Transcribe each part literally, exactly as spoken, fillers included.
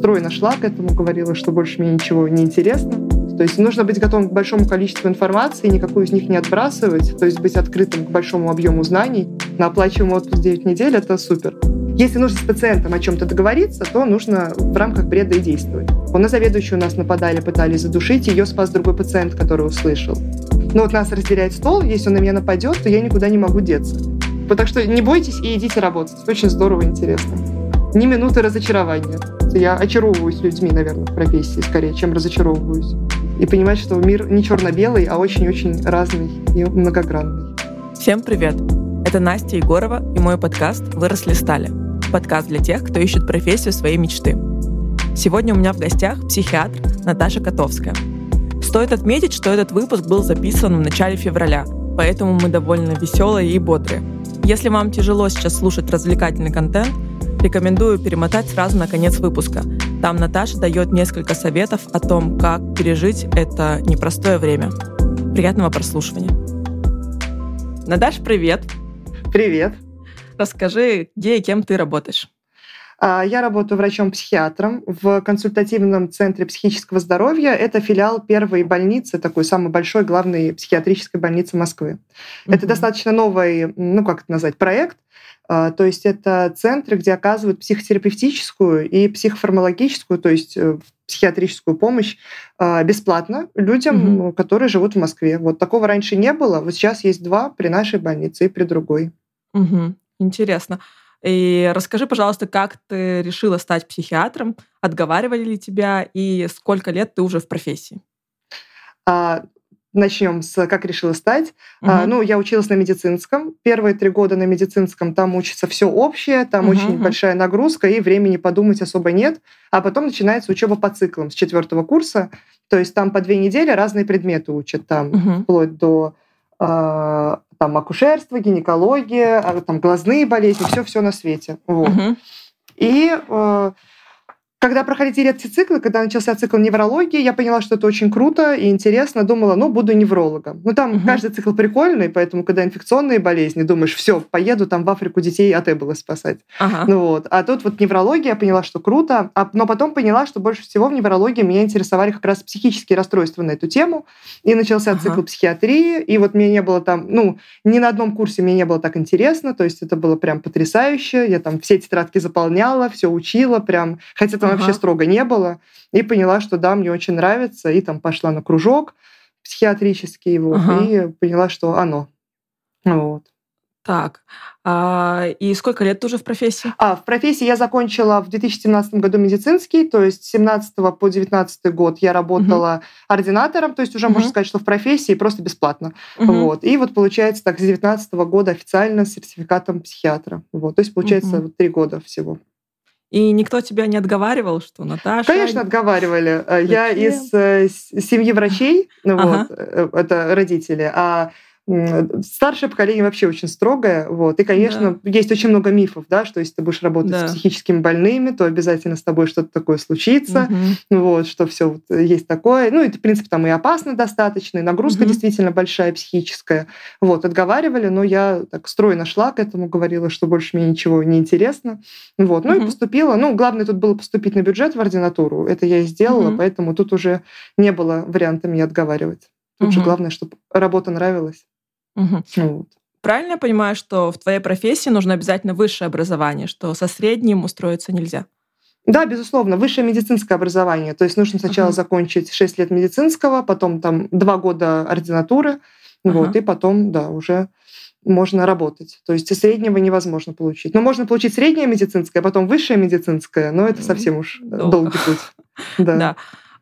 стройно шла к этому, говорила, что больше мне ничего не интересно. То есть нужно быть готовым к большому количеству информации, никакую из них не отбрасывать, то есть быть открытым к большому объему знаний. На оплачиваемый отпуск девять недель — это супер. Если нужно с пациентом о чем-то договориться, то нужно в рамках бреда и действовать. На заведующую нас нападали, пытались задушить, ее спас другой пациент, который услышал. Но вот нас разделяет стол, если он на меня нападет, то я никуда не могу деться. Вот так что не бойтесь и идите работать. Это очень здорово и интересно. Ни минуты разочарования. Я очаровываюсь людьми, наверное, в профессии скорее, чем разочаровываюсь. И понимать, что мир не черно-белый, а очень-очень разный и многогранный. Всем привет! Это Настя Егорова и мой подкаст «Выросли стали». Подкаст для тех, кто ищет профессию своей мечты. Сегодня у меня в гостях психиатр Наташа Котовская. Стоит отметить, что этот выпуск был записан в начале февраля, поэтому мы довольно веселые и бодрые. Если вам тяжело сейчас слушать развлекательный контент, рекомендую перемотать сразу на конец выпуска. Там Наташа дает несколько советов о том, как пережить это непростое время. Приятного прослушивания. Наташа, привет! Привет! Расскажи, где и кем ты работаешь? Я работаю врачом-психиатром в консультативном центре психического здоровья. Это филиал первой больницы, такой самой большой, главной психиатрической больницы Москвы. Mm-hmm. Это достаточно новый, ну как это назвать, проект. То есть это центры, где оказывают психотерапевтическую и психофармакологическую, то есть психиатрическую помощь бесплатно людям, mm-hmm. которые живут в Москве. Вот такого раньше не было. Вот сейчас есть два при нашей больнице и при другой. Mm-hmm. Интересно. И расскажи, пожалуйста, как ты решила стать психиатром? Отговаривали ли тебя? И сколько лет ты уже в профессии? А, начнем с как решила стать. Угу. А, ну, я училась на медицинском. Первые три года на медицинском там учится все общее, там угу, очень угу. большая нагрузка, и времени подумать особо нет. А потом начинается учеба по циклам с четвертого курса. То есть там по две недели разные предметы учат, там угу. вплоть до э, там акушерство, гинекология, там глазные болезни, все-все на свете. Вот. Uh-huh. И э, когда проходили эти циклы, когда начался цикл неврологии, я поняла, что это очень круто и интересно. Думала, ну, буду неврологом. Ну, там uh-huh. каждый цикл прикольный, поэтому, когда инфекционные болезни, думаешь, все, поеду там в Африку детей от Эболы спасать. Uh-huh. Ну, вот. А тут вот неврология, я поняла, что круто. А, но потом поняла, что больше всего в неврологии меня интересовали как раз психические расстройства на эту тему. И начался uh-huh. цикл психиатрии. И вот мне не было там, ну, ни на одном курсе мне не было так интересно. То есть это было прям потрясающе. Я там все тетрадки заполняла, все учила прям. Хотя там вообще строго не было. И поняла, что да, мне очень нравится. И там пошла на кружок психиатрический. Вот, ага. И поняла, что оно. Вот. Так. А, и сколько лет ты уже в профессии? А, в профессии я закончила в две тысячи семнадцатом году медицинский. То есть с семнадцатого по девятнадцатый год я работала угу. ординатором. То есть уже угу. можно сказать, что в профессии просто бесплатно. Угу. Вот. И вот получается так с девятнадцатого года официально с сертификатом психиатра. Вот. То есть получается угу. три года всего. И никто тебя не отговаривал, что Наташа... Конечно, отговаривали. Зачем? Я из э, семьи врачей, ну, ага. вот, это родители, а старшее поколение вообще очень строгое. Вот. И, конечно, да. есть очень много мифов, да, что если ты будешь работать да. с психическими больными, то обязательно с тобой что-то такое случится, угу. вот, что все вот есть такое. Ну, это, в принципе, там и опасно достаточно, и нагрузка угу. действительно большая психическая. Вот, отговаривали, но я так стройно шла к этому, говорила, что больше мне ничего не интересно. Вот. Ну, угу. и поступила. Ну, главное тут было поступить на бюджет в ординатуру. Это я и сделала, угу. поэтому тут уже не было варианта меня отговаривать. Тут угу. же главное, чтобы работа нравилась. Угу. Вот. Правильно я понимаю, что в твоей профессии нужно обязательно высшее образование, что со средним устроиться нельзя? Да, безусловно, высшее медицинское образование. То есть нужно сначала uh-huh. закончить шесть лет медицинского, потом там два года ординатуры, uh-huh. вот, и потом, да, уже можно работать. То есть среднего невозможно получить. Но можно получить среднее медицинское, а потом высшее медицинское, но это совсем уж Долго. долгий путь. Да. да.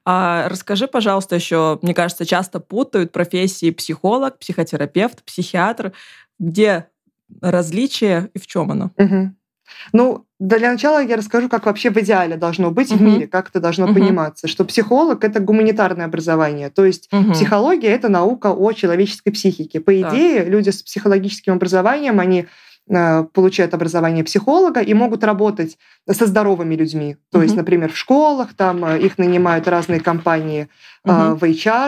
А расскажи, пожалуйста, еще, мне кажется, часто путают профессии психолог, психотерапевт, психиатр. Где различие и в чем оно? Угу. Ну, для начала я расскажу, как вообще в идеале должно быть uh-huh. в мире, как это должно uh-huh. пониматься, что психолог — это гуманитарное образование, то есть uh-huh. психология — это наука о человеческой психике. По идее, так. люди с психологическим образованием, они получают образование психолога и могут работать со здоровыми людьми. То uh-huh. есть, например, в школах, там их нанимают разные компании uh-huh. в эйч ар,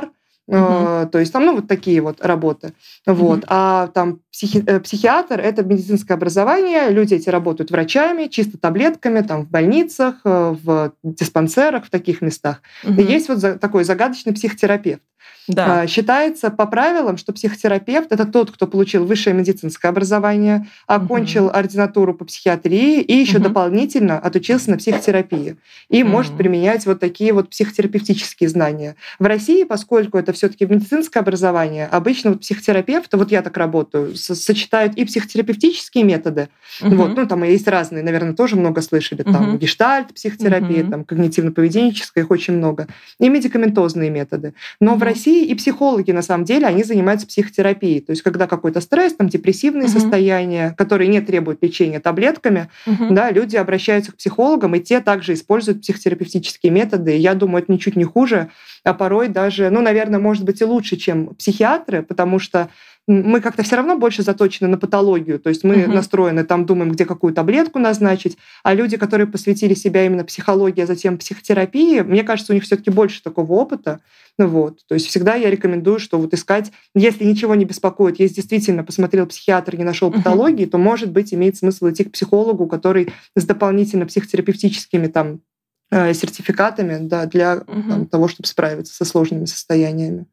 Uh-huh. То есть там, ну, вот такие вот работы. Вот. Uh-huh. А там психи... психиатр — это медицинское образование, люди эти работают врачами, чисто таблетками, там, в больницах, в диспансерах, в таких местах. Uh-huh. И есть вот такой загадочный психотерапевт. Да. Считается по правилам, что психотерапевт — это тот, кто получил высшее медицинское образование, окончил uh-huh. ординатуру по психиатрии и еще uh-huh. дополнительно отучился на психотерапии. И uh-huh. может применять вот такие вот психотерапевтические знания. В России, поскольку это все-таки медицинское образование, обычно вот психотерапевты, вот я так работаю, сочетают и психотерапевтические методы, uh-huh. вот, ну там есть разные, наверное, тоже много слышали, там uh-huh. гештальт-психотерапия, uh-huh. там когнитивно-поведенческая, их очень много, и медикаментозные методы. Но uh-huh. в России и психологи, на самом деле, они занимаются психотерапией. То есть когда какой-то стресс, там депрессивные uh-huh. состояния, которые не требуют лечения таблетками, uh-huh. да, люди обращаются к психологам, и те также используют психотерапевтические методы. И я думаю, это ничуть не хуже, а порой даже, ну, наверное, может быть и лучше, чем психиатры, потому что мы как-то все равно больше заточены на патологию, то есть мы uh-huh. настроены, там думаем, где какую таблетку назначить, а люди, которые посвятили себя именно психологии, а затем психотерапии, мне кажется, у них все-таки больше такого опыта. Ну вот, то есть всегда я рекомендую, что вот искать, если ничего не беспокоит, если действительно посмотрел психиатр, не нашел патологии, uh-huh. то, может быть, имеет смысл идти к психологу, который с дополнительно психотерапевтическими там сертификатами, да, для uh-huh. там, того, чтобы справиться со сложными состояниями.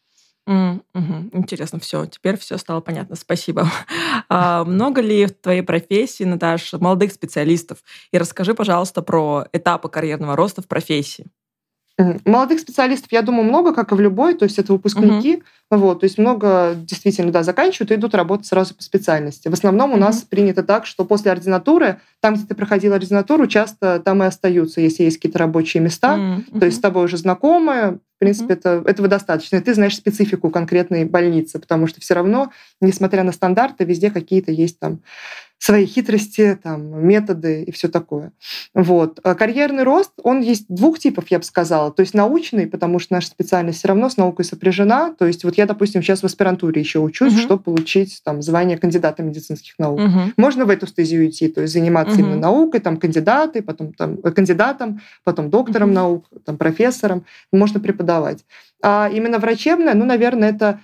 Mm, угу. Интересно, все. Теперь все стало понятно. Спасибо. А, много ли в твоей профессии, Наташа, молодых специалистов? И расскажи, пожалуйста, про этапы карьерного роста в профессии. Молодых специалистов, я думаю, много, как и в любой, то есть это выпускники, uh-huh. вот, то есть много действительно, да, заканчивают и идут работать сразу по специальности. В основном у uh-huh. нас принято так, что после ординатуры, там, где ты проходил ординатуру, часто там и остаются, если есть какие-то рабочие места, uh-huh. то есть с тобой уже знакомы, в принципе, uh-huh. это, этого достаточно. И ты знаешь специфику конкретной больницы, потому что все равно, несмотря на стандарты, везде какие-то есть там свои хитрости, там, методы и все такое. Вот. А карьерный рост, он есть двух типов, я бы сказала. То есть научный, потому что наша специальность все равно с наукой сопряжена. То есть вот я, допустим, сейчас в аспирантуре еще учусь, uh-huh. чтобы получить там, звание кандидата медицинских наук. Uh-huh. Можно в эту стезию идти, то есть заниматься uh-huh. именно наукой, там, кандидаты, потом там, кандидатом, потом доктором uh-huh. наук, там, профессором. Можно преподавать. А именно врачебное, ну, наверное, это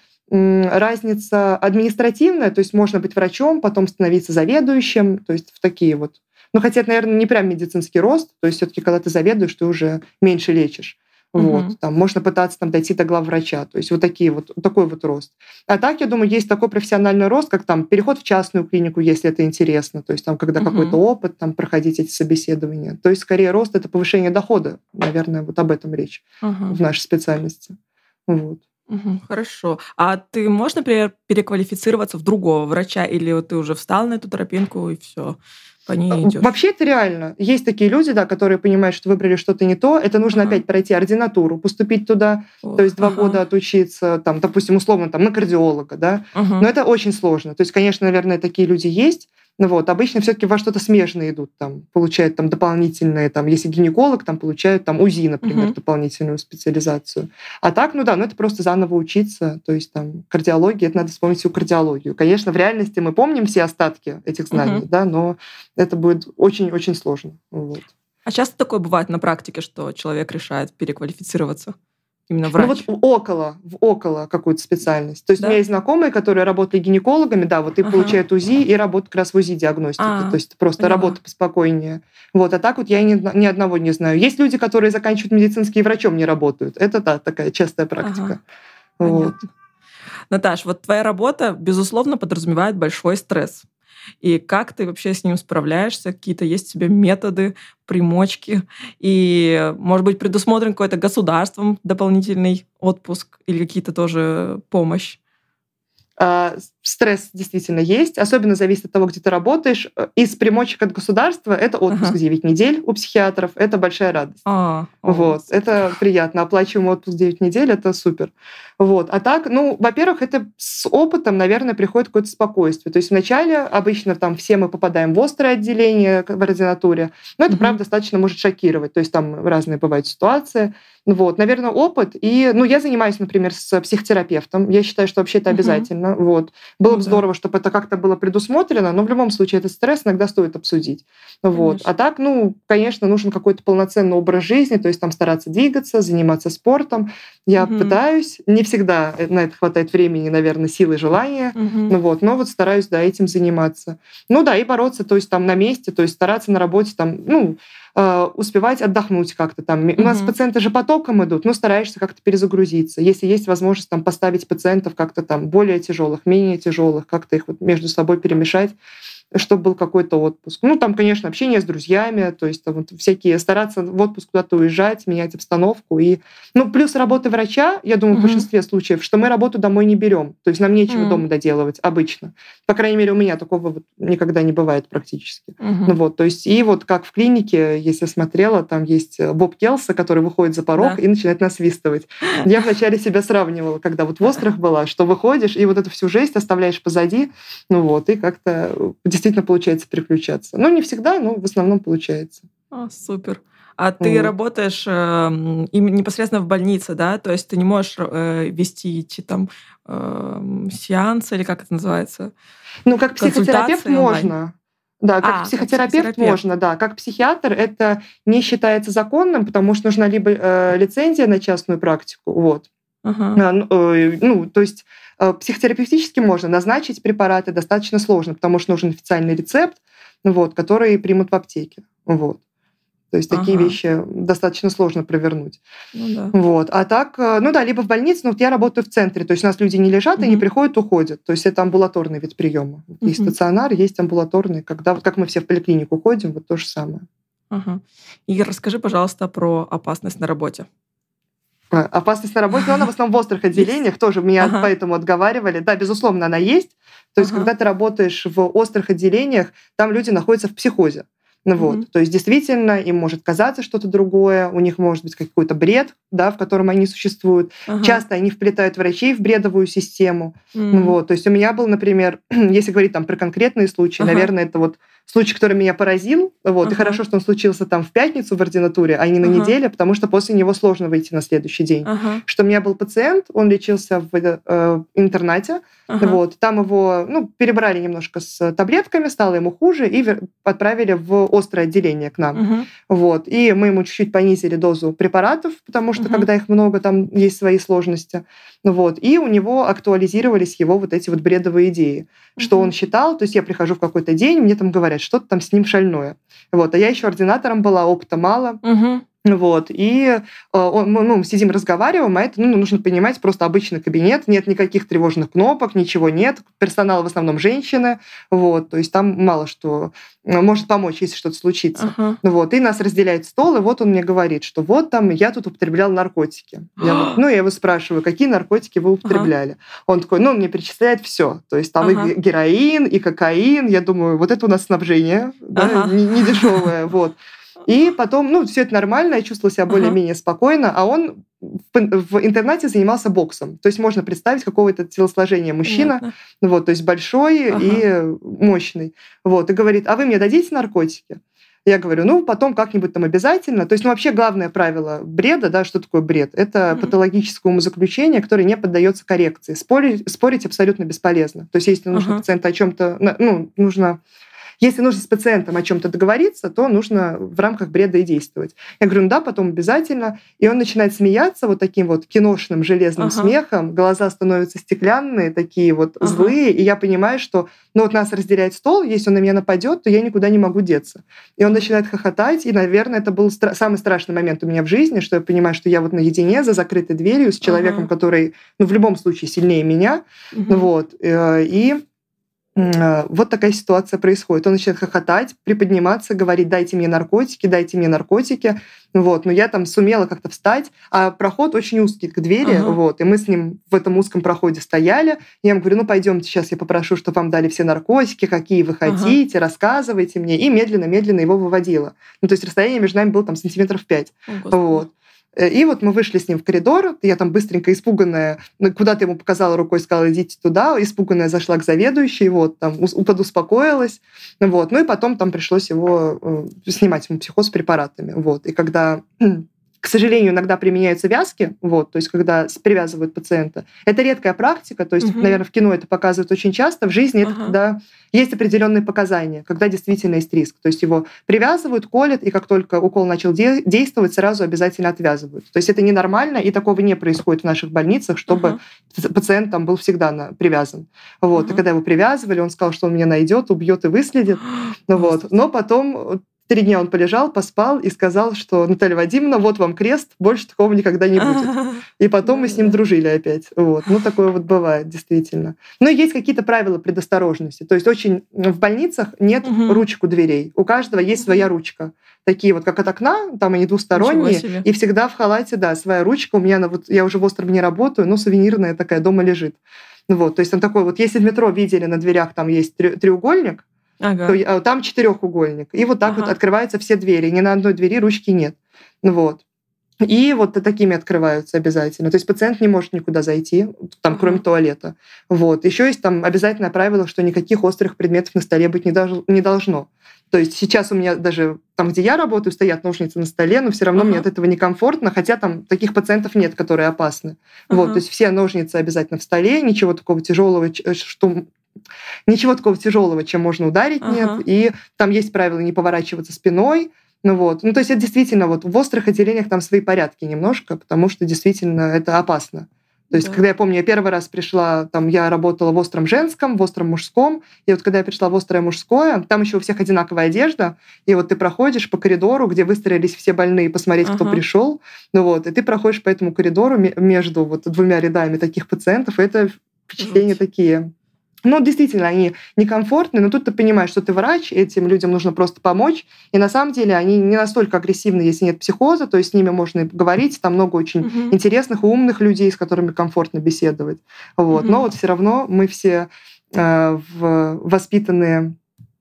разница административная, то есть можно быть врачом, потом становиться заведующим, то есть в такие вот. Ну, хотя это, наверное, не прям медицинский рост, то есть все-таки, когда ты заведуешь, ты уже меньше лечишь. Uh-huh. Вот. Там можно пытаться там, дойти до главврача, то есть вот, такие вот такой вот рост. А так, я думаю, есть такой профессиональный рост, как там переход в частную клинику, если это интересно, то есть там, когда uh-huh. какой-то опыт, там, проходить эти собеседования. То есть скорее рост — это повышение дохода, наверное, вот об этом речь uh-huh. в нашей специальности. Вот. Угу, хорошо. А ты можешь, например, переквалифицироваться в другого врача, или вот ты уже встал на эту тропинку и все, по ней идешь? Вообще это реально. Есть такие люди, да, которые понимают, что выбрали что-то не то. Это нужно ага. опять пройти ординатуру, поступить туда, Ох, то есть два ага. года отучиться, там, допустим, условно, там, на кардиолога, да. Ага. Но это очень сложно. То есть, конечно, наверное, такие люди есть. Ну вот, обычно все-таки во что-то смежное идут, там, получают там дополнительные, там, если гинеколог, там, получают там УЗИ, например, uh-huh. дополнительную специализацию. А так, ну да, ну это просто заново учиться, то есть там кардиология, это надо вспомнить всю кардиологию. Конечно, в реальности мы помним все остатки этих знаний, uh-huh. да, но это будет очень-очень сложно. Вот. А часто такое бывает на практике, что человек решает переквалифицироваться? Именно врач? Ну вот около, в около какую-то специальность. То есть да? у меня есть знакомые, которые работали гинекологами, да, вот и ага. получают УЗИ, и работают как раз в УЗИ-диагностике. А, то есть просто поняла. Работа поспокойнее. Вот, а так вот я ни, ни одного не знаю. Есть люди, которые заканчивают медицинский и врачом не работают. Это, да, такая частая практика. Ага. Вот. Наташ, вот твоя работа, безусловно, подразумевает большой стресс. И как ты вообще с ним справляешься? Какие-то есть у тебя методы, примочки? И, может быть, предусмотрен какой-то государством дополнительный отпуск или какие-то тоже помощь? Стресс действительно есть, особенно зависит от того, где ты работаешь. Из примочек от государства это отпуск ага. девять недель у психиатров, это большая радость. А, вот, о, это приятно. Оплачиваемый отпуск девять недель, это супер. Вот. А так, ну, во-первых, это с опытом, наверное, приходит какое-то спокойствие. То есть вначале обычно там все мы попадаем в острое отделение в ординатуре, но это, угу. правда, достаточно может шокировать. То есть там разные бывают ситуации. Вот, наверное, опыт. И, ну, я занимаюсь, например, с психотерапевтом. Я считаю, что вообще это обязательно. Uh-huh. Вот. Было Ну бы да. здорово, чтобы это как-то было предусмотрено, но в любом случае этот стресс иногда стоит обсудить. Вот. Конечно. А так, ну, конечно, нужен какой-то полноценный образ жизни, то есть там стараться двигаться, заниматься спортом. Я Мгм. пытаюсь, не всегда на это хватает времени, наверное, силы, желания, Мгм. ну вот, но вот стараюсь, да, этим заниматься. Ну да, и бороться, то есть там на месте, то есть стараться на работе там, ну, э, успевать отдохнуть как-то там. У нас Мгм. пациенты же потоком идут, но стараешься как-то перезагрузиться. Если есть возможность там поставить пациентов как-то там более тяжелых, менее тяжелых, как-то их вот между собой перемешать, чтобы был какой-то отпуск. Ну, там, конечно, общение с друзьями, то есть там вот всякие, стараться в отпуск куда-то уезжать, менять обстановку. И, ну, плюс работы врача, я думаю, в Мгм. большинстве случаев, что мы работу домой не берем. То есть нам нечего М. дома доделывать обычно. По крайней мере, у меня такого вот никогда не бывает практически. Ну Мгм. вот, то есть и вот как в клинике, если смотрела, там есть э, Боб Келса, который выходит за порог Да. и начинает насвистывать. Я вначале себя сравнивала, когда вот в «Острых» была, что выходишь и вот эту всю жесть оставляешь позади, ну вот, и как-то э, действительно получается переключаться. Ну, не всегда, но в основном получается. А, супер. А ты Вот. работаешь эм, им непосредственно в больнице, да? То есть ты не можешь э, вести эти там эм, сеансы или как это называется? Ну, как психотерапевт Консультации онлайн. можно. Да, как А, как психотерапевт психотерапевт. можно, да. Как психиатр это не считается законным, потому что нужна либо э, лицензия на частную практику, вот. Ага. А, ну, э, ну, то есть э, психотерапевтически можно назначить препараты, достаточно сложно, потому что нужен официальный рецепт, вот, который примут в аптеке. Вот. То есть такие Ага. вещи достаточно сложно провернуть. Ну да. Вот. А так, э, ну да, либо в больнице, но вот я работаю в центре, то есть у нас люди не лежат, они Мгм. приходят, уходят. То есть это амбулаторный вид приема. Есть Мгм. стационар, есть амбулаторный, когда вот как мы все в поликлинику ходим, вот то же самое. Ага. И расскажи, пожалуйста, про опасность на работе. А, Опасность на работе, но она в основном в острых Есть? отделениях, тоже меня Ага. поэтому отговаривали. Да, безусловно, она есть. То есть, Ага. когда ты работаешь в острых отделениях, там люди находятся в психозе. Ну Мгм. вот. То есть, действительно, им может казаться что-то другое, у них может быть какой-то бред, да, в котором они существуют. Ага. Часто они вплетают врачей в бредовую систему. Ну М. вот. То есть у меня был, например, если говорить там про конкретные случаи, Ага. наверное, это вот случай, который меня поразил. Вот. И Ага. хорошо, что он случился там в пятницу в ординатуре, а не на Ага. неделе, потому что после него сложно выйти на следующий день. Ага. Что у меня был пациент, он лечился в э, интернате, Ага. вот, там его, ну, перебрали немножко с таблетками, стало ему хуже, и вер- отправили в острое отделение к нам. Мгм. Вот, и мы ему чуть-чуть понизили дозу препаратов, потому что, Мгм. когда их много, там есть свои сложности. Вот, и у него актуализировались его вот эти вот бредовые идеи, что Мгм. он считал, то есть я прихожу в какой-то день, мне там говорят, что-то там с ним шальное. Вот, а я еще ординатором была, опыта мало. Мгм. Вот, и э, он- мы ну, сидим, разговариваем, а это, ну, нужно понимать, просто обычный кабинет, нет никаких тревожных кнопок, ничего нет, персонал в основном женщины, вот, то есть там мало что э, может помочь, если что-то случится. Ага. Вот, и нас разделяет стол, и вот он мне говорит, что вот там я тут употреблял наркотики. Я вот, ну, я его спрашиваю, какие наркотики вы Ага. употребляли? Он такой, ну, он мне перечисляет все, то есть там Ага. и героин, и кокаин, я думаю, вот это у нас снабжение, да, Ага. не, не дешевое, вот. И потом, ну, все это нормально, я чувствовала себя Ага. более-менее спокойно, а он в, в интернате занимался боксом. То есть можно представить какого-то телосложения мужчина, Понятно. вот, то есть большой Ага. и мощный. Вот, и говорит, а вы мне дадите наркотики? Я говорю, ну, потом как-нибудь там обязательно. То есть, ну, вообще главное правило бреда, да, что такое бред? Это Мгм. патологическое умозаключение, которое не поддается коррекции. Спорить, спорить абсолютно бесполезно. То есть, если нужно Ага. пациенту о чем-то, ну, нужно если нужно с пациентом о чем-то договориться, то нужно в рамках бреда и действовать. Я говорю, ну да, потом обязательно. И он начинает смеяться вот таким вот киношным железным Ага. смехом, глаза становятся стеклянные, такие вот Ага. злые, и я понимаю, что ну вот нас разделяет стол, если он на меня нападет, то я никуда не могу деться. И он начинает хохотать, и, наверное, это был стра- самый страшный момент у меня в жизни, что я понимаю, что я вот наедине за закрытой дверью с человеком, Ага. который, ну, в любом случае сильнее меня, Мгм. вот, э, и М, вот такая ситуация происходит. Он начинает хохотать, приподниматься, говорить, дайте мне наркотики, дайте мне наркотики. Вот. Но я там сумела как-то встать, а проход очень узкий к двери, Ага. вот. И мы с ним в этом узком проходе стояли. Я ему говорю, ну пойдемте, сейчас я попрошу, чтобы вам дали все наркотики, какие вы Ага. хотите, рассказывайте мне. И медленно-медленно его выводила. Ну, то есть расстояние между нами было там сантиметров пять. О, Господи. Вот. И вот мы вышли с ним в коридор, я там быстренько испуганная, ну, куда-то ему показала рукой, сказала, идите туда, испуганная зашла к заведующей, вот, там, ус- подуспокоилась, вот, ну и потом там пришлось его, э, снимать ему психоз препаратами, вот, и когда к сожалению, иногда применяются вязки, вот, то есть когда привязывают пациента. Это редкая практика, то есть, угу. наверное, в кино это показывают очень часто, в жизни это ага. когда есть определенные показания, когда действительно есть риск. То есть его привязывают, колят, и как только укол начал де- действовать, сразу обязательно отвязывают. То есть это ненормально, и такого не происходит в наших больницах, чтобы ага. пациент там был всегда на, привязан. Вот. Ага. И когда его привязывали, он сказал, что он меня найдет, убьет и выследит. Вот. Но потом... Три дня он полежал, поспал и сказал, что Наталья Вадимовна, вот вам крест, больше такого никогда не будет. И потом мы с ним дружили опять. Вот. Ну, такое вот бывает, действительно. Но есть какие-то правила предосторожности. То есть очень в больницах нет угу. ручек у дверей. У каждого есть угу. своя ручка. Такие вот, как от окна, там они двусторонние. И всегда в халате, да, своя ручка. У меня, она, вот, я уже в Острове не работаю, но сувенирная такая дома лежит. Вот. То есть там такой вот, если в метро видели на дверях, там есть треугольник, ага. то там четырехугольник. И вот так ага. вот открываются все двери. Ни на одной двери ручки нет. Вот. И вот такими открываются обязательно. То есть пациент не может никуда зайти, там, ага. кроме туалета. Вот. Еще есть там обязательное правило, что никаких острых предметов на столе быть не, дож- не должно. То есть сейчас у меня даже там, где я работаю, стоят ножницы на столе, но все равно ага. мне от этого некомфортно, хотя там таких пациентов нет, которые опасны. Ага. Вот. То есть все ножницы обязательно в столе, ничего такого тяжелого, что... Ничего такого тяжелого, чем можно ударить, ага. нет. И там есть правило не поворачиваться спиной. Ну, вот. ну, то есть это действительно вот в острых отделениях там свои порядки немножко, потому что действительно это опасно. То есть, да. когда я помню, я первый раз пришла, там я работала в остром женском, в остром мужском, и вот когда я пришла в острое мужское, там еще у всех одинаковая одежда, и вот ты проходишь по коридору, где выстроились все больные, посмотреть, ага. кто пришел, ну вот, и ты проходишь по этому коридору между вот двумя рядами таких пациентов, и это впечатления Жуть. такие... Ну, действительно, они некомфортны, но тут ты понимаешь, что ты врач, этим людям нужно просто помочь. И на самом деле они не настолько агрессивны, если нет психоза, то есть с ними можно и поговорить. Там много очень uh-huh. интересных и умных людей, с которыми комфортно беседовать. Вот. Uh-huh. Но вот все равно мы все э, в, воспитанные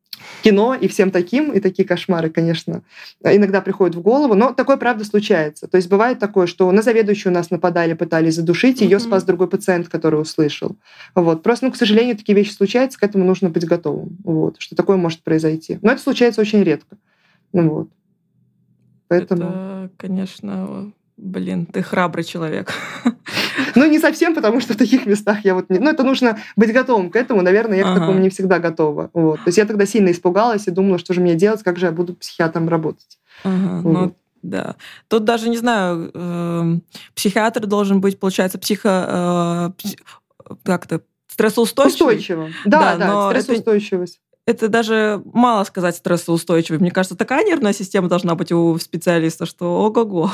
кино и всем таким, и такие кошмары, конечно, иногда приходят в голову, но такое, правда, случается. То есть бывает такое, что на заведующую нас нападали, пытались задушить, ее mm-hmm. спас другой пациент, который услышал. Вот. Просто, ну, к сожалению, такие вещи случаются, к этому нужно быть готовым, вот, что такое может произойти. Но это случается очень редко. Ну, вот. Поэтому... Это, конечно... Блин, ты храбрый человек. Ну, не совсем, потому что в таких местах я вот... Не... Ну, это нужно быть готовым к этому. Наверное, я ага. к такому не всегда готова. Вот. То есть я тогда сильно испугалась и думала, что же мне делать, как же я буду психиатром работать. Ага, вот. Ну, да. Тут даже, не знаю, э, психиатр должен быть, получается, психо... Э, как-то стрессоустойчивый. Устойчивым. Да, да, да стрессоустойчивость. Это даже мало сказать стрессоустойчивый. Мне кажется, такая нервная система должна быть у специалиста, что ого-го.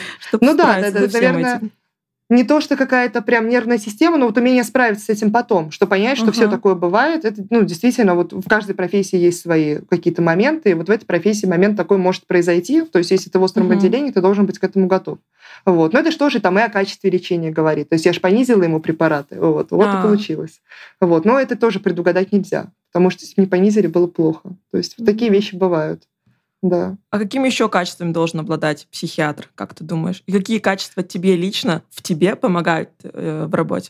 Ну да, да, да, наверное, этим. Не то, что какая-то прям нервная система, но вот умение справиться с этим потом, что понять, что uh-huh. все такое бывает. Это, ну, действительно, вот в каждой профессии есть свои какие-то моменты, и вот в этой профессии момент такой может произойти. То есть если ты в остром uh-huh. отделении, ты должен быть к этому готов. Вот. Но это что же там и о качестве лечения говорит. То есть я же понизила ему препараты. Вот, вот uh-huh. и получилось. Вот. Но это тоже предугадать нельзя, потому что если не понизили, было плохо. То есть uh-huh. такие вещи бывают. Да. А какими еще качествами должен обладать психиатр, как ты думаешь? И какие качества тебе лично, в тебе помогают э, в работе?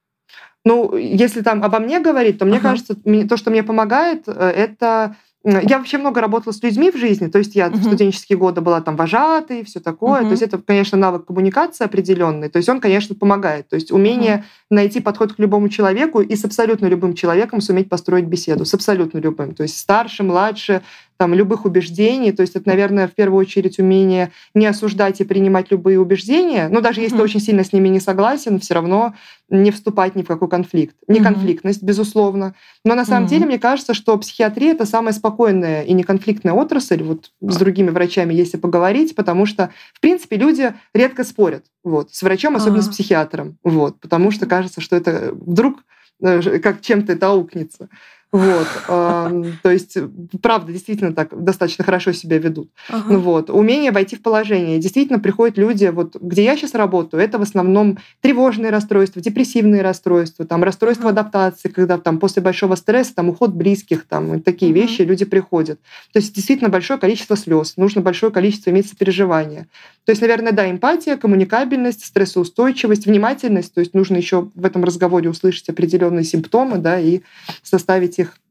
Ну, если там обо мне говорить, то мне ага. кажется, то, что мне помогает, это... Я вообще много работала с людьми в жизни, то есть я uh-huh. в студенческие годы была там вожатой, все такое. Uh-huh. То есть это, конечно, навык коммуникации определенный. То есть он, конечно, помогает. То есть умение uh-huh. найти подход к любому человеку и с абсолютно любым человеком суметь построить беседу. С абсолютно любым. То есть старше, младше, там, любых убеждений. То есть это, наверное, в первую очередь умение не осуждать и принимать любые убеждения. Но даже если uh-huh. ты очень сильно с ними не согласен, все равно не вступать ни в какой конфликт. Не uh-huh. конфликтность, безусловно. Но на самом uh-huh. деле, мне кажется, что психиатрия — это самая спокойная и неконфликтная отрасль, вот с другими врачами, если поговорить, потому что, в принципе, люди редко спорят вот, с врачом, особенно uh-huh. с психиатром, вот, потому что кажется, что это вдруг как чем-то это аукнется. Вот. То есть, правда, действительно так достаточно хорошо себя ведут. Ага. Вот. Умение войти в положение. Действительно приходят люди, вот, где я сейчас работаю, это в основном тревожные расстройства, депрессивные расстройства, там, расстройства ага. адаптации, когда там, после большого стресса там, уход близких, там, такие ага. вещи, люди приходят. То есть действительно большое количество слез, нужно большое количество иметь сопереживания. То есть, наверное, да, эмпатия, коммуникабельность, стрессоустойчивость, внимательность. То есть нужно еще в этом разговоре услышать определенные симптомы, да, и составить их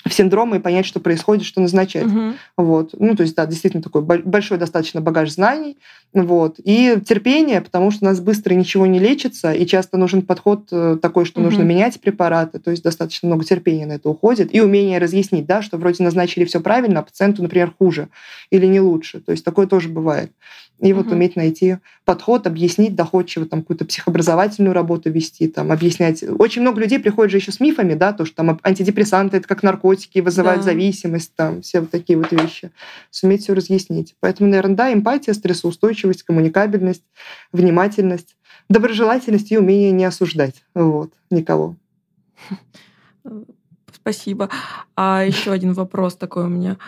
в синдромы и понять, что происходит, что назначать. Угу. Вот. Ну, то есть, да, действительно такой большой достаточно багаж знаний. Вот. И терпение, потому что у нас быстро ничего не лечится, и часто нужен подход такой, что угу. нужно менять препараты, то есть достаточно много терпения на это уходит, и умение разъяснить, да, что вроде назначили все правильно, а пациенту, например, хуже или не лучше. То есть такое тоже бывает. И угу. вот уметь найти подход, объяснить доходчиво, там, какую-то психообразовательную работу вести, там, объяснять. Очень много людей приходят же еще с мифами, да, то, что там антидепрессанты — это как наркотики, вызывают да. зависимость, там, все вот такие вот вещи. Суметь все разъяснить. Поэтому, наверное, да, эмпатия, стрессоустойчивость, коммуникабельность, внимательность, доброжелательность и умение не осуждать вот, никого. Спасибо. А еще один вопрос такой у меня.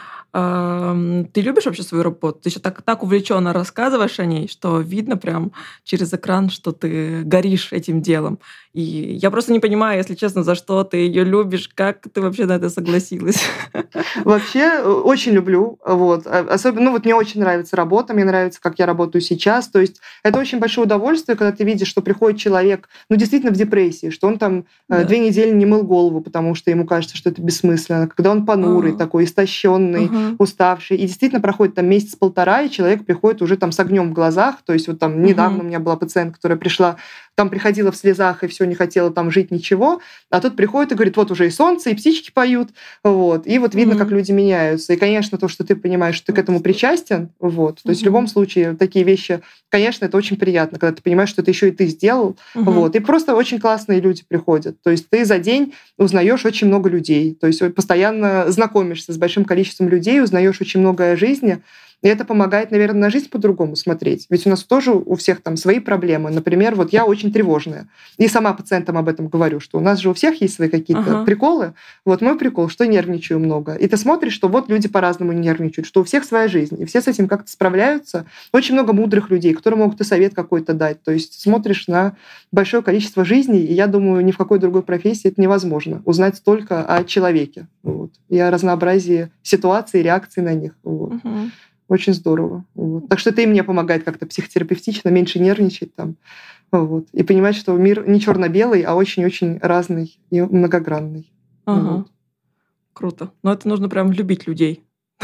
Ты любишь вообще свою работу? Ты еще так, так увлеченно рассказываешь о ней, что видно прям через экран, что ты горишь этим делом. И я просто не понимаю, если честно, за что ты ее любишь, как ты вообще на это согласилась? Вообще очень люблю. Вот. Особенно, ну вот мне очень нравится работа, мне нравится, как я работаю сейчас. То есть это очень большое удовольствие, когда ты видишь, что приходит человек, ну действительно в депрессии, что он там да. две недели не мыл голову, потому что ему кажется, что это бессмысленно, когда он понурый, uh-huh. такой истощенный, uh-huh. уставший, и действительно проходит там месяц-полтора, и человек приходит уже там с огнем в глазах, то есть вот там недавно uh-huh. у меня была пациентка, которая пришла, там приходила в слезах и все не хотела там жить ничего, а тут приходит и говорит, вот уже и солнце, и птички поют, вот, и вот видно, uh-huh. как люди меняются, и, конечно, то, что ты понимаешь, что ты к этому причастен, вот, то uh-huh. есть в любом случае такие вещи, конечно, это очень приятно, когда ты понимаешь, что это еще и ты сделал, uh-huh. вот, и просто очень классные люди приходят, то есть ты за день узнаешь очень много людей, то есть постоянно знакомишься с большим количеством людей, узнаешь очень многое о жизни, и это помогает, наверное, на жизнь по-другому смотреть. Ведь у нас тоже у всех там свои проблемы. Например, вот я очень тревожная. И сама пациентам об этом говорю, что у нас же у всех есть свои какие-то ага. приколы. Вот мой прикол, что нервничаю много. И ты смотришь, что вот люди по-разному нервничают, что у всех своя жизнь. И все с этим как-то справляются. Очень много мудрых людей, которые могут и совет какой-то дать. То есть смотришь на большое количество жизней, и я думаю, ни в какой другой профессии это невозможно. Узнать столько о человеке. Вот. И о разнообразии ситуаций, реакций на них. Вот. Угу. Очень здорово. Вот. Так что это и мне помогает как-то психотерапевтично, меньше нервничать там. Вот. И понимать, что мир не черно-белый, а очень-очень разный и многогранный. Ага. Вот. Круто. Но это нужно прям любить людей.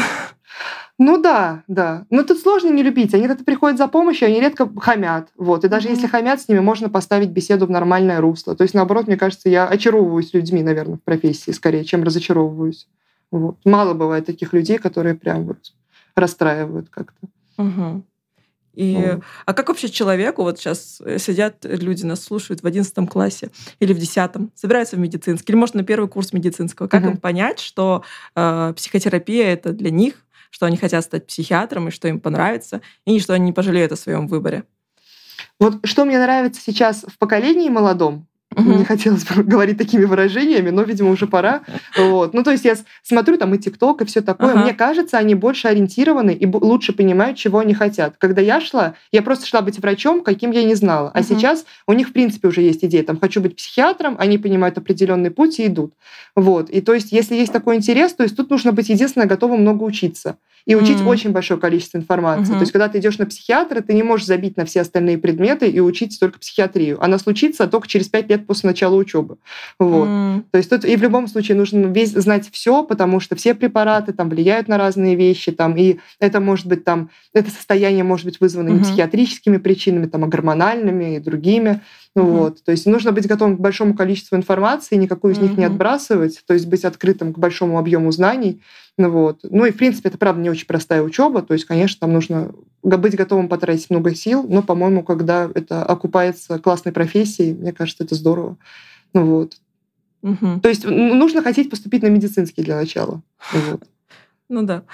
Ну да, да. Но тут сложно не любить. Они это приходят за помощью, они редко хамят. Вот. И даже mm-hmm. если хамят, с ними можно поставить беседу в нормальное русло. То есть, наоборот, мне кажется, я очаровываюсь людьми, наверное, в профессии скорее, чем разочаровываюсь. Вот. Мало бывает таких людей, которые прям вот расстраивают как-то. Угу. И, вот. А как вообще человеку, вот сейчас сидят люди, нас слушают в одиннадцатом классе или в десятом, собираются в медицинский, или, может, на первый курс медицинского, как угу. им понять, что э, психотерапия — это для них, что они хотят стать психиатром, и что им понравится, и что они не пожалеют о своем выборе? Вот что мне нравится сейчас в поколении молодом, Uh-huh. не хотелось бы говорить такими выражениями, но, видимо, уже пора. Вот. Ну, то есть я смотрю там и ТикТок, и все такое. Uh-huh. Мне кажется, они больше ориентированы и лучше понимают, чего они хотят. Когда я шла, я просто шла быть врачом, каким я не знала. А uh-huh. сейчас у них, в принципе, уже есть идея. Там, хочу быть психиатром, они понимают определенный путь и идут. Вот. И то есть, если есть такой интерес, то есть тут нужно быть единственное готовым много учиться. И учить mm-hmm. очень большое количество информации. Mm-hmm. То есть, когда ты идешь на психиатра, ты не можешь забить на все остальные предметы и учить только психиатрию. Она случится только через пять лет после начала учебы. Вот. Mm-hmm. То есть тут и в любом случае нужно весь знать все, потому что все препараты там влияют на разные вещи, там, и это может быть там, это состояние может быть вызвано mm-hmm. не психиатрическими причинами, там, а гормональными и другими. Mm-hmm. Вот. То есть нужно быть готовым к большому количеству информации, никакую из них mm-hmm. не отбрасывать, то есть быть открытым к большому объему знаний. Вот. Ну и, в принципе, это, правда, не очень простая учеба, то есть, конечно, там нужно быть готовым потратить много сил, но, по-моему, когда это окупается классной профессией, мне кажется, это здорово. Ну, вот. Угу. То есть нужно хотеть поступить на медицинский для начала. Вот. Ну да.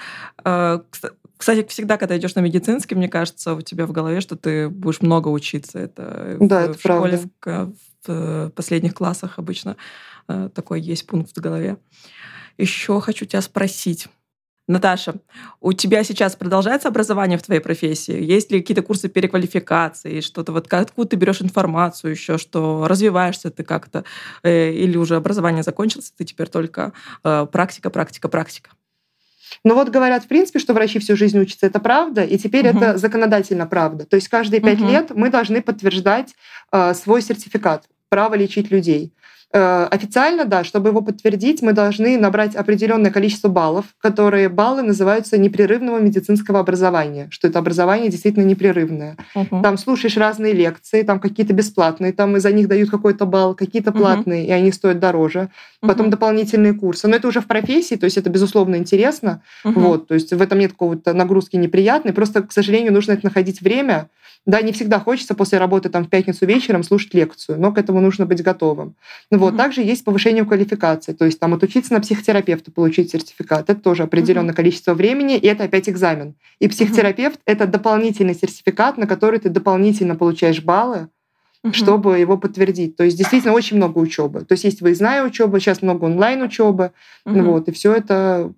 Кстати, всегда, когда идешь на медицинский, мне кажется, у тебя в голове, что ты будешь много учиться. Это да, в, это в школе, правда. В, в последних классах обычно такой есть пункт в голове. Еще хочу тебя спросить. Наташа, у тебя сейчас продолжается образование в твоей профессии? Есть ли какие-то курсы переквалификации, что-то вот откуда ты берешь информацию еще, что развиваешься ты как-то, или уже образование закончилось, ты теперь только практика, практика, практика? Ну вот говорят, в принципе, что врачи всю жизнь учатся, это правда, и теперь uh-huh. это законодательно правда. То есть каждые пять uh-huh. лет мы должны подтверждать э, свой сертификат, право лечить людей. Официально, да, чтобы его подтвердить, мы должны набрать определенное количество баллов, которые баллы называются непрерывного медицинского образования, что это образование действительно непрерывное. Uh-huh. Там слушаешь разные лекции, там какие-то бесплатные, там за них дают какой-то балл, какие-то платные, uh-huh. и они стоят дороже. Потом uh-huh. дополнительные курсы. Но это уже в профессии, то есть это, безусловно, интересно. Uh-huh. Вот, то есть в этом нет какого-то нагрузки неприятной. Просто, к сожалению, нужно это находить время. Да, не всегда хочется после работы там, в пятницу вечером слушать лекцию, но к этому нужно быть готовым. Вот. Mm-hmm. Также есть повышение квалификации, то есть там отучиться на психотерапевта, получить сертификат. Это тоже определенное mm-hmm. количество времени, и это опять экзамен. И психотерапевт mm-hmm. — это дополнительный сертификат, на который ты дополнительно получаешь баллы, mm-hmm. чтобы его подтвердить. То есть действительно очень много учебы. То есть есть выездная учеба, сейчас много онлайн-учебы, mm-hmm. вот, и все это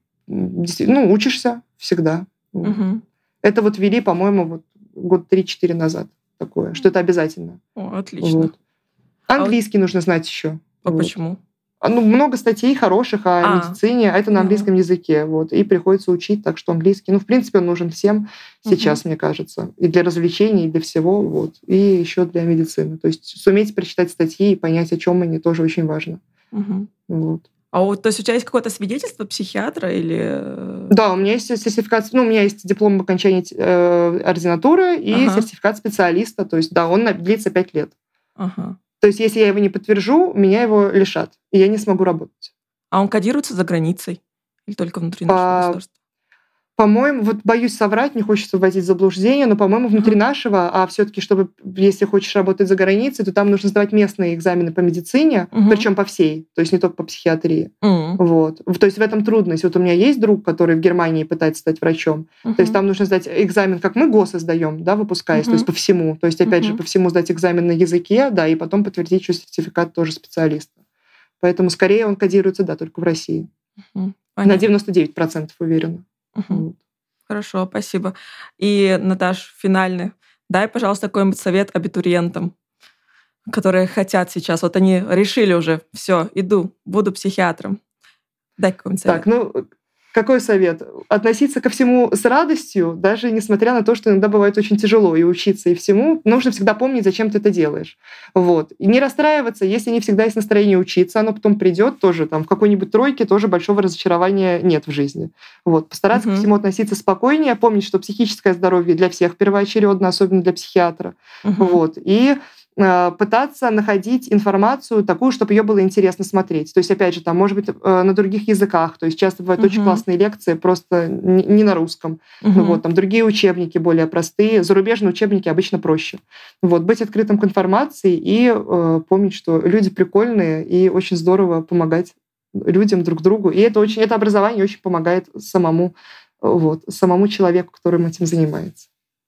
ну, учишься всегда. Mm-hmm. Это вот ввели, по-моему, вот год три-четыре назад такое, что это обязательно. О, отлично. Вот. Английский а нужно знать еще. А вот. Почему? Ну, много статей хороших о а, медицине, а это на английском языке. Вот, и приходится учить, так что английский, ну, в принципе, он нужен всем сейчас, угу. мне кажется. И для развлечений, и для всего. Вот, и еще для медицины. То есть суметь прочитать статьи и понять, о чем они, тоже очень важно. Угу. Вот. А вот, то есть у тебя есть какое-то свидетельство психиатра или... Да, у меня есть сертификат, ну, у меня есть диплом об окончании э, ординатуры и ага. сертификат специалиста, то есть, да, он длится пять лет. Ага. То есть, если я его не подтвержу, меня его лишат, и я не смогу работать. А он кодируется за границей или только внутри нашего По... государства? По-моему, вот боюсь соврать, не хочется вводить в заблуждение, но, по-моему, внутри uh-huh. нашего, а все-таки, чтобы, если хочешь работать за границей, то там нужно сдавать местные экзамены по медицине, uh-huh. причем по всей, то есть не только по психиатрии. Uh-huh. Вот. То есть в этом трудность. Вот у меня есть друг, который в Германии пытается стать врачом, uh-huh. то есть там нужно сдать экзамен, как мы ГОСы сдаем, да, выпускаясь, uh-huh. то есть по всему. То есть, опять uh-huh. же, по всему сдать экзамен на языке, да, и потом подтвердить, что сертификат тоже специалиста. Поэтому скорее он кодируется, да, только в России. Uh-huh. На девяносто девять процентов уверена. Uh-huh. Вот. Хорошо, спасибо. И, Наташ, финальный. Дай, пожалуйста, какой-нибудь совет абитуриентам, которые хотят сейчас. Вот они решили уже, все, иду, буду психиатром. Дай какой-нибудь совет. Так, ну, какой совет? Относиться ко всему с радостью, даже несмотря на то, что иногда бывает очень тяжело и учиться, и всему. Нужно всегда помнить, зачем ты это делаешь. Вот. И не расстраиваться, если не всегда есть настроение учиться, оно потом придет тоже, там, в какой-нибудь тройке тоже большого разочарования нет в жизни. Вот. Постараться uh-huh. ко всему относиться спокойнее, помнить, что психическое здоровье для всех первоочередно, особенно для психиатра. Uh-huh. Вот. И пытаться находить информацию такую, чтобы ее было интересно смотреть. То есть, опять же, там, может быть, на других языках. То есть часто бывают uh-huh. очень классные лекции, просто не на русском. Uh-huh. Ну, вот, там другие учебники более простые. Зарубежные учебники обычно проще. Вот, быть открытым к информации и э, помнить, что люди прикольные и очень здорово помогать людям, друг другу. И это, очень, это образование очень помогает самому, вот, самому человеку, которым этим занимается.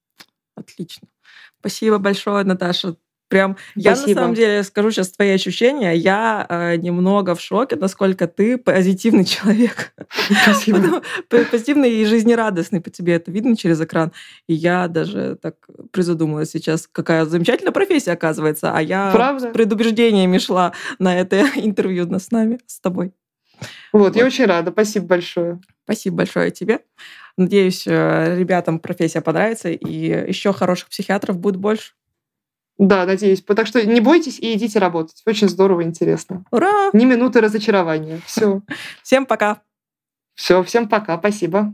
Отлично. Спасибо большое, Наташа. Прям, я Спасибо. На самом деле скажу сейчас твои ощущения. Я э, немного в шоке, насколько ты позитивный человек. Спасибо. Позитивный и жизнерадостный, по тебе это видно через экран. И я даже так призадумалась сейчас, какая замечательная профессия оказывается. А я Правда? С предубеждениями шла на это интервью с нами, с тобой. Вот, вот, я очень рада. Спасибо большое. Спасибо большое тебе. Надеюсь, ребятам профессия понравится, и еще хороших психиатров будет больше. Да, надеюсь. Так что не бойтесь и идите работать. Очень здорово и интересно. Ура! Ни минуты разочарования. Все. Всем пока. Все, всем пока. Спасибо.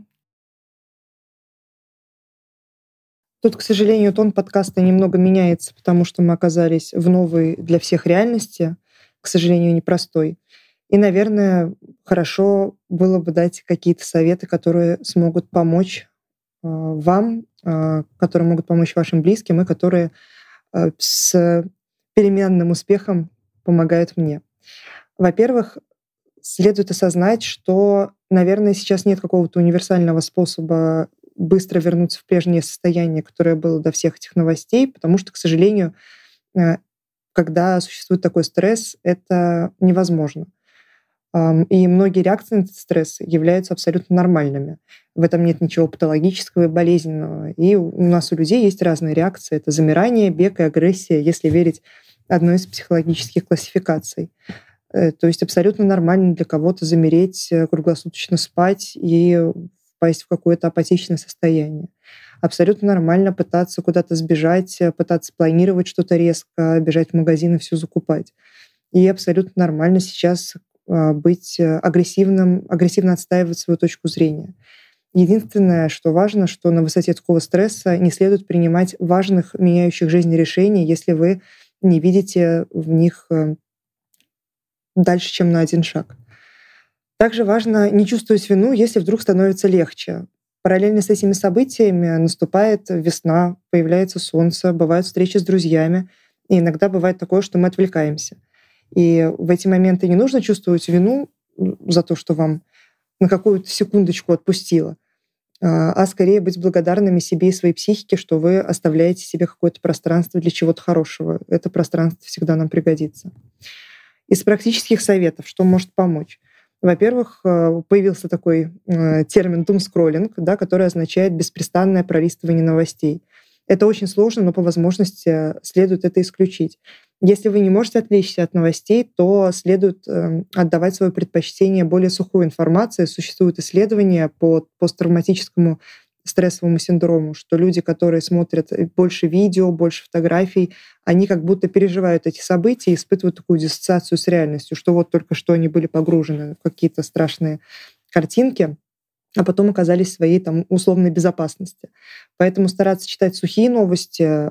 Тут, к сожалению, тон подкаста немного меняется, потому что мы оказались в новой для всех реальности, к сожалению, непростой. И, наверное, хорошо было бы дать какие-то советы, которые смогут помочь э, вам, э, которые могут помочь вашим близким и которые с переменным успехом помогают мне. Во-первых, следует осознать, что, наверное, сейчас нет какого-то универсального способа быстро вернуться в прежнее состояние, которое было до всех этих новостей, потому что, к сожалению, когда существует такой стресс, это невозможно. И многие реакции на этот стресс являются абсолютно нормальными. В этом нет ничего патологического и болезненного. И у нас у людей есть разные реакции. Это замирание, бег и агрессия, если верить одной из психологических классификаций. То есть абсолютно нормально для кого-то замереть, круглосуточно спать и впасть в какое-то апатичное состояние. Абсолютно нормально пытаться куда-то сбежать, пытаться планировать что-то резко, бежать в магазин и все закупать. и абсолютно нормально сейчас быть агрессивным, агрессивно отстаивать свою точку зрения. Единственное, что важно, что на высоте такого стресса не следует принимать важных, меняющих жизнь решений, если вы не видите в них дальше, чем на один шаг. Также важно не чувствовать вину, если вдруг становится легче. Параллельно с этими событиями наступает весна, появляется солнце, бывают встречи с друзьями, и иногда бывает такое, что мы отвлекаемся. И в эти моменты не нужно чувствовать вину за то, что вам на какую-то секундочку отпустило, а скорее быть благодарными себе и своей психике, что вы оставляете себе какое-то пространство для чего-то хорошего. Это пространство всегда нам пригодится. Из практических советов, что может помочь? Во-первых, появился такой термин «думскроллинг», да, который означает беспрестанное пролистывание новостей. Это очень сложно, но по возможности следует это исключить. Если вы не можете отвлечься от новостей, то следует отдавать свое предпочтение более сухой информации. Существуют исследования по посттравматическому стрессовому синдрому, что люди, которые смотрят больше видео, больше фотографий, они как будто переживают эти события и испытывают такую диссоциацию с реальностью, что вот только что они были погружены в какие-то страшные картинки, а потом оказались в своей там условной безопасности. Поэтому стараться читать сухие новости,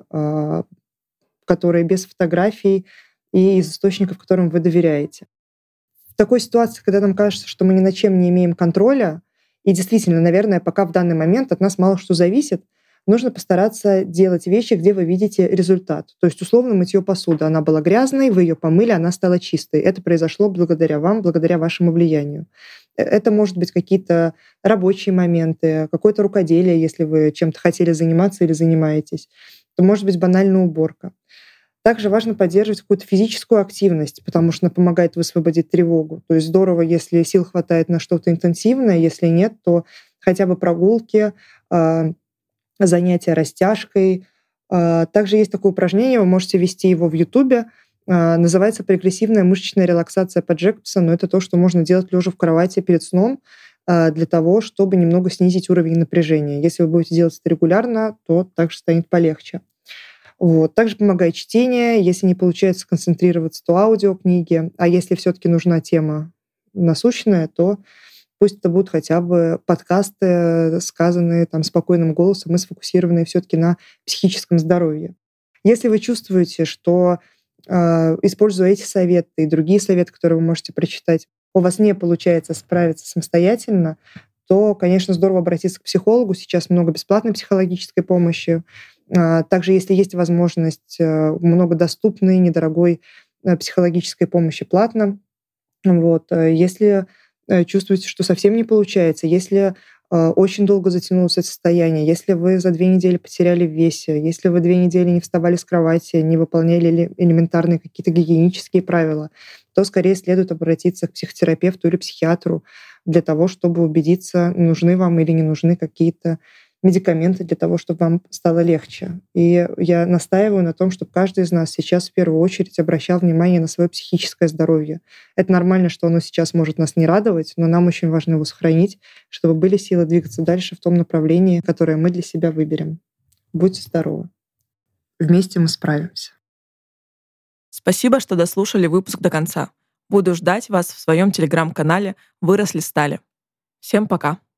которые без фотографий и из источников, которым вы доверяете. В такой ситуации, когда нам кажется, что мы ни над чем не имеем контроля, и действительно, наверное, пока в данный момент от нас мало что зависит, нужно постараться делать вещи, где вы видите результат. То есть, условно, мытье посуды. Она была грязной, вы ее помыли, она стала чистой. Это произошло благодаря вам, благодаря вашему влиянию. Это может быть какие-то рабочие моменты, какое-то рукоделие, если вы чем-то хотели заниматься или занимаетесь. Это может быть банальная уборка. Также важно поддерживать какую-то физическую активность, потому что она помогает высвободить тревогу. То есть здорово, если сил хватает на что-то интенсивное, если нет, то хотя бы прогулки, занятия растяжкой. Также есть такое упражнение, вы можете вести его в Ютубе, называется «Прогрессивная мышечная релаксация по Джейкобсону». Это то, что можно делать лежа в кровати перед сном для того, чтобы немного снизить уровень напряжения. Если вы будете делать это регулярно, то также станет полегче. Вот. Также помогает чтение. Если не получается концентрироваться, то аудиокниги. А если все-таки нужна тема насущная, то пусть это будут хотя бы подкасты, сказанные там спокойным голосом и сфокусированные все-таки на психическом здоровье. Если вы чувствуете, что, э, используя эти советы и другие советы, которые вы можете прочитать, у вас не получается справиться самостоятельно, то, конечно, здорово обратиться к психологу. Сейчас много бесплатной психологической помощи. Также, если есть возможность, много доступной, недорогой психологической помощи платно. Вот. Если чувствуете, что совсем не получается, если очень долго затянулось это состояние, если вы за две недели потеряли в весе, если вы две недели не вставали с кровати, не выполняли элементарные какие-то гигиенические правила, то скорее следует обратиться к психотерапевту или психиатру для того, чтобы убедиться, нужны вам или не нужны какие-то медикаменты для того, чтобы вам стало легче. И я настаиваю на том, чтобы каждый из нас сейчас в первую очередь обращал внимание на свое психическое здоровье. Это нормально, что оно сейчас может нас не радовать, но нам очень важно его сохранить, чтобы были силы двигаться дальше в том направлении, которое мы для себя выберем. Будьте здоровы. Вместе мы справимся. Спасибо, что дослушали выпуск до конца. Буду ждать вас в своем телеграм-канале «Выросли стали». Всем пока!